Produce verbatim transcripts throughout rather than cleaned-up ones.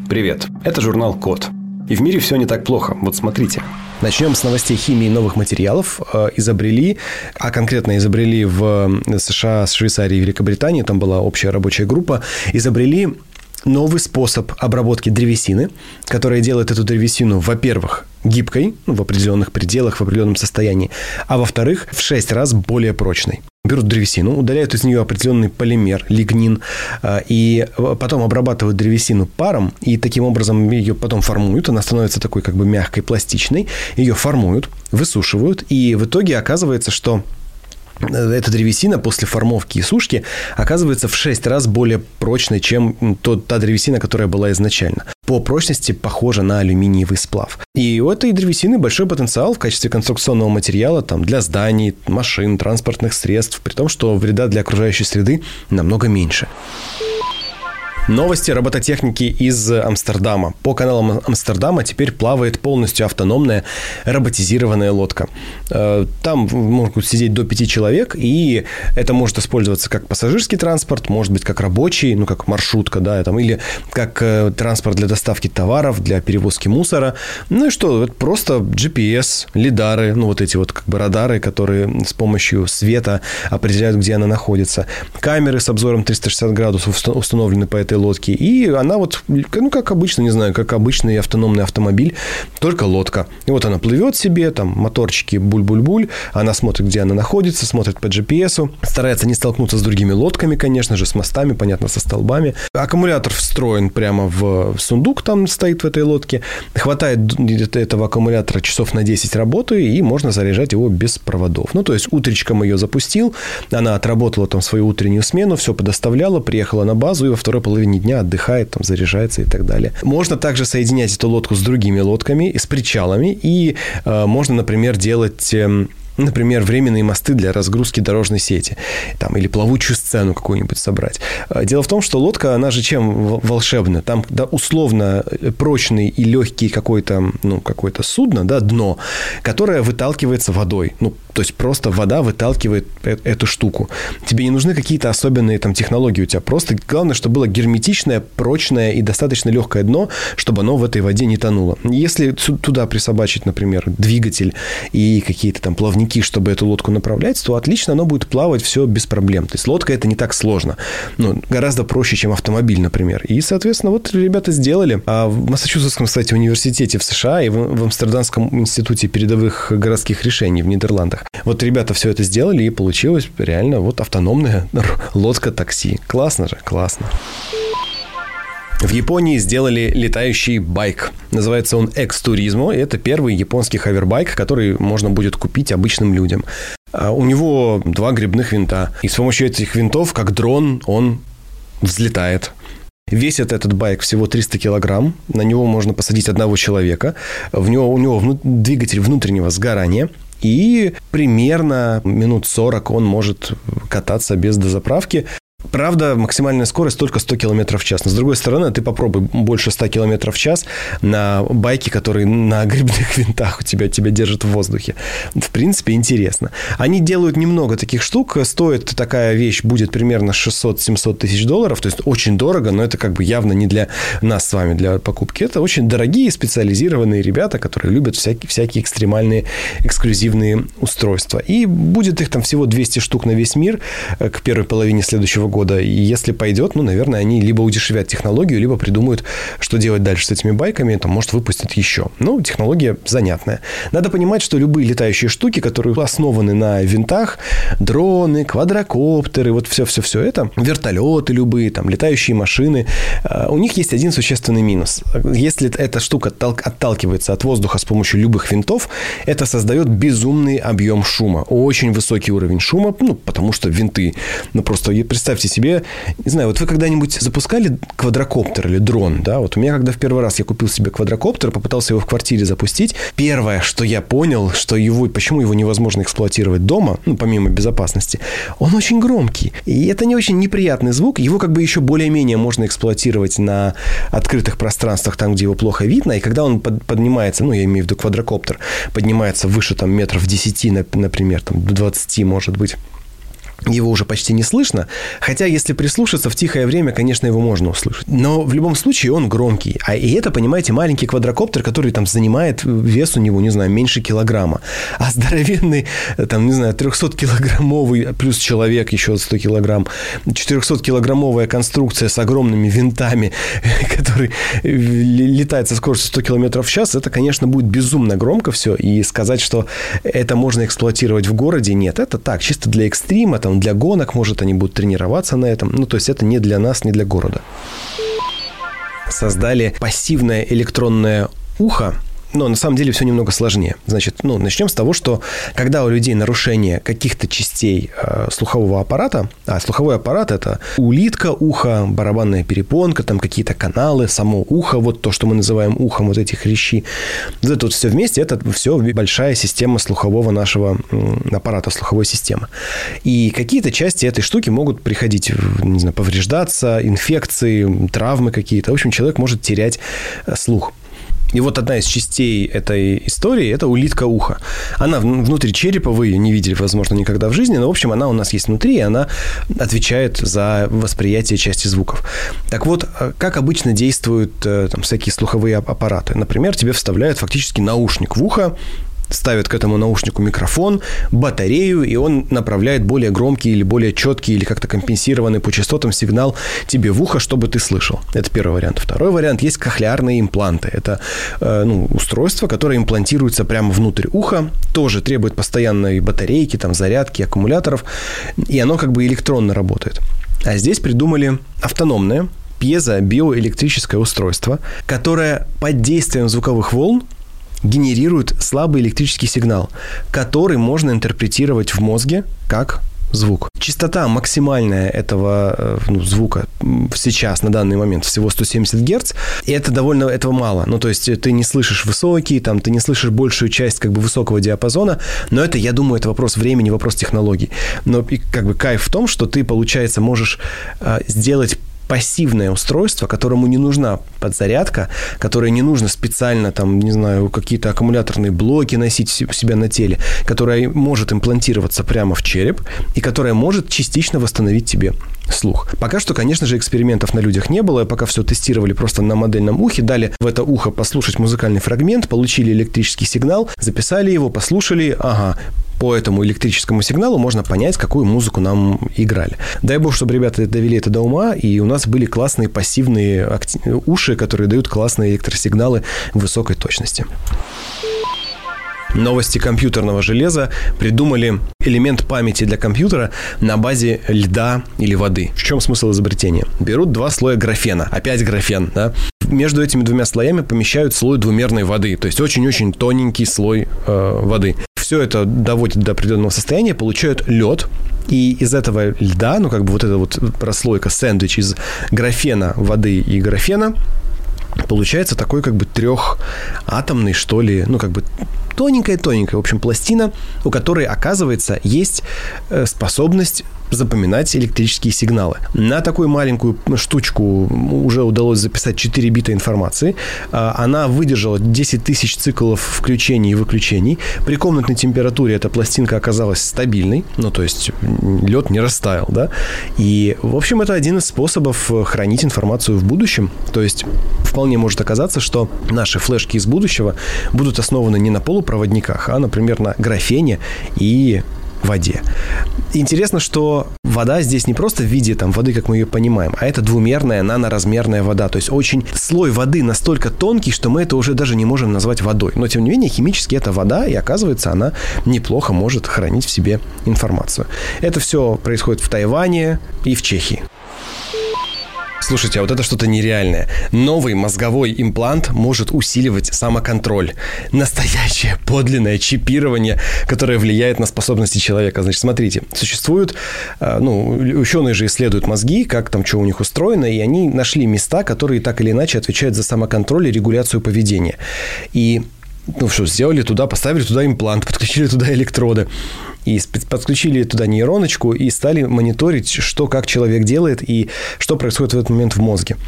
Привет, это журнал Код. И в мире все не так плохо. Вот смотрите. Начнем с новостей химии новых материалов. Изобрели, а конкретно изобрели в США, Швейцарии и Великобритании, там была общая рабочая группа, изобрели новый способ обработки древесины, который делает эту древесину, во-первых, гибкой, ну, в определенных пределах, в определенном состоянии, а во-вторых, в шесть раз более прочной. Берут древесину, удаляют из нее определенный полимер, лигнин, и потом обрабатывают древесину паром, и таким образом ее потом формуют, она становится такой как бы мягкой, пластичной, ее формуют, высушивают, и в итоге оказывается, что эта древесина после формовки и сушки оказывается в шесть раз более прочной, чем тот, та древесина, которая была изначально. По прочности похожа на алюминиевый сплав. И у этой древесины большой потенциал в качестве конструкционного материала там, для зданий, машин, транспортных средств, при том, что вреда для окружающей среды намного меньше. Новости робототехники из Амстердама. По каналам Амстердама теперь плавает полностью автономная роботизированная лодка. Там могут сидеть до пяти человек, и это может использоваться как пассажирский транспорт, может быть, как рабочий, ну, как маршрутка, да, там, или как транспорт для доставки товаров, для перевозки мусора. Ну и что, это просто джи пи эс, лидары, ну, вот эти вот как бы радары, которые с помощью света определяют, где она находится. Камеры с обзором триста шестьдесят градусов установлены по этой лодки. И она вот, ну, как обычно, не знаю, как обычный автономный автомобиль, только лодка. И вот она плывет себе, там моторчики буль-буль-буль, она смотрит, где она находится, смотрит по джи пи эс, старается не столкнуться с другими лодками, конечно же, с мостами, понятно, со столбами. Аккумулятор встроен прямо в сундук, там стоит в этой лодке. Хватает этого аккумулятора часов на десять работы, и можно заряжать его без проводов. Ну, то есть, утречком ее запустил, она отработала там свою утреннюю смену, все подоставляла, приехала на базу, и во второй половине дня отдыхает, там, заряжается и так далее. Можно также соединять эту лодку с другими лодками, с причалами, и э, можно, например, делать... Э, Например, временные мосты для разгрузки дорожной сети. Там, или плавучую сцену какую-нибудь собрать. Дело в том, что лодка, она же чем волшебна? Там, да, условно прочный и легкий какой-то, ну, какое-то судно, да, дно, которое выталкивается водой. Ну, то есть, просто вода выталкивает эту штуку. Тебе не нужны какие-то особенные там технологии у тебя. Просто главное, чтобы было герметичное, прочное и достаточно легкое дно, чтобы оно в этой воде не тонуло. Если туда присобачить, например, двигатель и какие-то там плавники, чтобы эту лодку направлять, то отлично оно будет плавать все без проблем. То есть, лодка это не так сложно. Ну, гораздо проще, чем автомобиль, например. И, соответственно, вот ребята сделали. А в Массачусетском, кстати, университете в США и в Амстердамском институте передовых городских решений в Нидерландах. Вот ребята все это сделали, и получилась реально вот автономная лодка-такси. Классно же, классно. В Японии сделали летающий байк. Называется он X-Turismo. И это первый японский хавербайк, который можно будет купить обычным людям. У него два гребных винта. И с помощью этих винтов, как дрон, он взлетает. Весит этот байк всего триста килограмм. На него можно посадить одного человека. В него, у него вну, двигатель внутреннего сгорания. И примерно минут сорок он может кататься без дозаправки. Правда, максимальная скорость только сто километров в час. Но, с другой стороны, ты попробуй больше ста километров в час на байке, который на гребных винтах у тебя, тебя держит в воздухе. В принципе, интересно. Они делают немного таких штук. Стоит такая вещь будет примерно шестьсот-семьсот тысяч долларов. То есть, очень дорого, но это как бы явно не для нас с вами, для покупки. Это очень дорогие, специализированные ребята, которые любят всякие, всякие экстремальные, эксклюзивные устройства. И будет их там всего двести штук на весь мир к первой половине следующего года. И если пойдет, ну, наверное, они либо удешевят технологию, либо придумают, что делать дальше с этими байками, там, может, выпустят еще. Ну, технология занятная. Надо понимать, что любые летающие штуки, которые основаны на винтах, дроны, квадрокоптеры, вот все-все-все это, вертолеты любые, там, летающие машины, у них есть один существенный минус. Если эта штука отталкивается от воздуха с помощью любых винтов, это создает безумный объем шума. Очень высокий уровень шума, ну, потому что винты, ну, просто представьте себе, не знаю, вот вы когда-нибудь запускали квадрокоптер или дрон, да, вот у меня, когда в первый раз я купил себе квадрокоптер, попытался его в квартире запустить, первое, что я понял, что его, почему его невозможно эксплуатировать дома, ну, помимо безопасности, он очень громкий, и это не очень неприятный звук, его как бы еще более-менее можно эксплуатировать на открытых пространствах, там, где его плохо видно, и когда он под, поднимается, ну, я имею в виду квадрокоптер, поднимается выше, там, метров десяти, например, там, до двадцати, может быть, его уже почти не слышно. Хотя, если прислушаться, в тихое время, конечно, его можно услышать. Но в любом случае он громкий. А и это, понимаете, маленький квадрокоптер, который там занимает вес у него, не знаю, меньше килограмма. А здоровенный, там, не знаю, трехсоткилограммовый, плюс человек еще сто килограмм, четырехсоткилограммовая конструкция с огромными винтами, который летает со скоростью сто километров в час, это, конечно, будет безумно громко все. И сказать, что это можно эксплуатировать в городе, нет. Это так, чисто для экстрима, там, для гонок, может, они будут тренироваться на этом. Ну, то есть, это не для нас, не для города. Создали пассивное электронное ухо. Но на самом деле все немного сложнее. Значит, ну, начнем с того, что когда у людей нарушение каких-то частей э, слухового аппарата, а слуховой аппарат – это улитка уха, барабанная перепонка, там какие-то каналы, само ухо, вот то, что мы называем ухом, вот эти хрящи. Вот это вот все вместе – это все большая система слухового нашего аппарата, слуховой системы. И какие-то части этой штуки могут приходить, не знаю, повреждаться, инфекции, травмы какие-то. В общем, человек может терять слух. И вот одна из частей этой истории – это улитка уха. Она внутри черепа, вы ее не видели, возможно, никогда в жизни, но, в общем, она у нас есть внутри, и она отвечает за восприятие части звуков. Так вот, как обычно действуют там всякие слуховые аппараты? Например, тебе вставляют фактически наушник в ухо, ставят к этому наушнику микрофон, батарею, и он направляет более громкий или более четкий или как-то компенсированный по частотам сигнал тебе в ухо, чтобы ты слышал. Это первый вариант. Второй вариант – есть кохлеарные импланты. Это э, ну, устройство, которое имплантируется прямо внутрь уха, тоже требует постоянной батарейки, там, зарядки, аккумуляторов, и оно как бы электронно работает. А здесь придумали автономное пьезобиоэлектрическое устройство, которое под действием звуковых волн генерирует слабый электрический сигнал, который можно интерпретировать в мозге как звук. Частота максимальная этого ну, звука сейчас, на данный момент, всего сто семьдесят герц, и это довольно, этого мало. Ну, то есть, ты не слышишь высокий, там, ты не слышишь большую часть как бы высокого диапазона, но это, я думаю, это вопрос времени, вопрос технологий. Но и, как бы кайф в том, что ты, получается, можешь э, сделать пассивное устройство, которому не нужна подзарядка, которое не нужно специально, там, не знаю, какие-то аккумуляторные блоки носить у себя на теле, которое может имплантироваться прямо в череп и которое может частично восстановить тебе слух. Пока что, конечно же, экспериментов на людях не было, пока все тестировали просто на модельном ухе, дали в это ухо послушать музыкальный фрагмент, получили электрический сигнал, записали его, послушали, ага, по этому электрическому сигналу можно понять, какую музыку нам играли. Дай бог, чтобы ребята довели это до ума, и у нас были классные пассивные акти... уши, которые дают классные электросигналы высокой точности. Новости компьютерного железа. Придумали элемент памяти для компьютера на базе льда или воды. В чем смысл изобретения? Берут два слоя графена. Опять графен, да? Между этими двумя слоями помещают слой двумерной воды. То есть очень-очень тоненький слой э, воды. Все это доводит до определенного состояния, получают лед. И из этого льда, ну как бы вот эта вот прослойка, сэндвич из графена, воды и графена, получается такой как бы трехатомный, что ли, ну как бы тоненькая-тоненькая, в общем, пластина, у которой, оказывается, есть способность запоминать электрические сигналы. На такую маленькую штучку уже удалось записать четыре бита информации. Она выдержала десять тысяч циклов включений и выключений. При комнатной температуре эта пластинка оказалась стабильной, ну, то есть лед не растаял, да. И, в общем, это один из способов хранить информацию в будущем. То есть вполне может оказаться, что наши флешки из будущего будут основаны не на полупроводниках, а, например, на графене и воде. Интересно, что вода здесь не просто в виде там, воды, как мы ее понимаем, а это двумерная наноразмерная вода. То есть очень слой воды настолько тонкий, что мы это уже даже не можем назвать водой. Но, тем не менее, химически это вода, и, оказывается, она неплохо может хранить в себе информацию. Это все происходит в Тайване и в Чехии. Слушайте, а вот это что-то нереальное. Новый мозговой имплант может усиливать самоконтроль. Настоящее подлинное чипирование, которое влияет на способности человека. Значит, смотрите, существуют, ну, ученые же исследуют мозги, как там, что у них устроено, и они нашли места, которые так или иначе отвечают за самоконтроль и регуляцию поведения. И ну что, сделали туда, поставили туда имплант, подключили туда электроды. И подключили туда нейроночку и стали мониторить, что, как человек делает и что происходит в этот момент в мозге.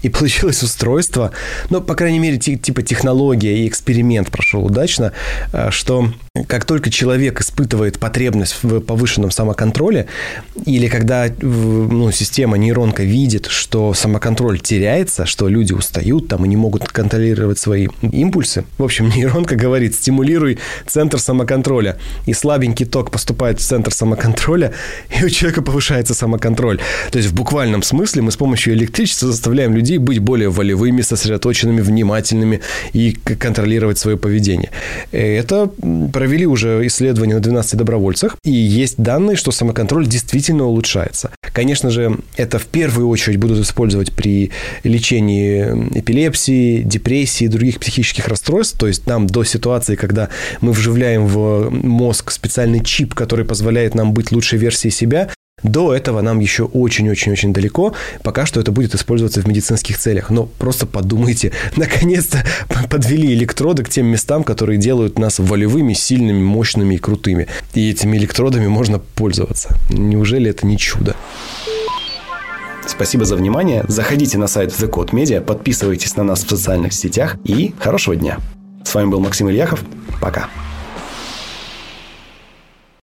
И получилось устройство, ну, по крайней мере, типа технология и эксперимент прошел удачно, что как только человек испытывает потребность в повышенном самоконтроле, или когда ну, система, нейронка видит, что самоконтроль теряется, что люди устают там и не могут контролировать свои импульсы, в общем, нейронка говорит: стимулируй центр самоконтроля. И слабенький ток поступает в центр самоконтроля, и у человека повышается самоконтроль. То есть в буквальном смысле мы с помощью электричества заставляем людей быть более волевыми, сосредоточенными, внимательными и контролировать свое поведение. Это провели уже исследования на двенадцати добровольцах, и есть данные, что самоконтроль действительно улучшается. Конечно же, это в первую очередь будут использовать при лечении эпилепсии, депрессии и других психических расстройств. То есть там до ситуации, когда мы вживляем в мозг специальный чип, который позволяет нам быть лучшей версией себя, до этого нам еще очень-очень-очень далеко. Пока что это будет использоваться в медицинских целях. Но просто подумайте, наконец-то подвели электроды к тем местам, которые делают нас волевыми, сильными, мощными и крутыми. И этими электродами можно пользоваться. Неужели это не чудо? Спасибо за внимание. Заходите на сайт The Code Media, подписывайтесь на нас в социальных сетях и хорошего дня. С вами был Максим Ильяхов. Пока.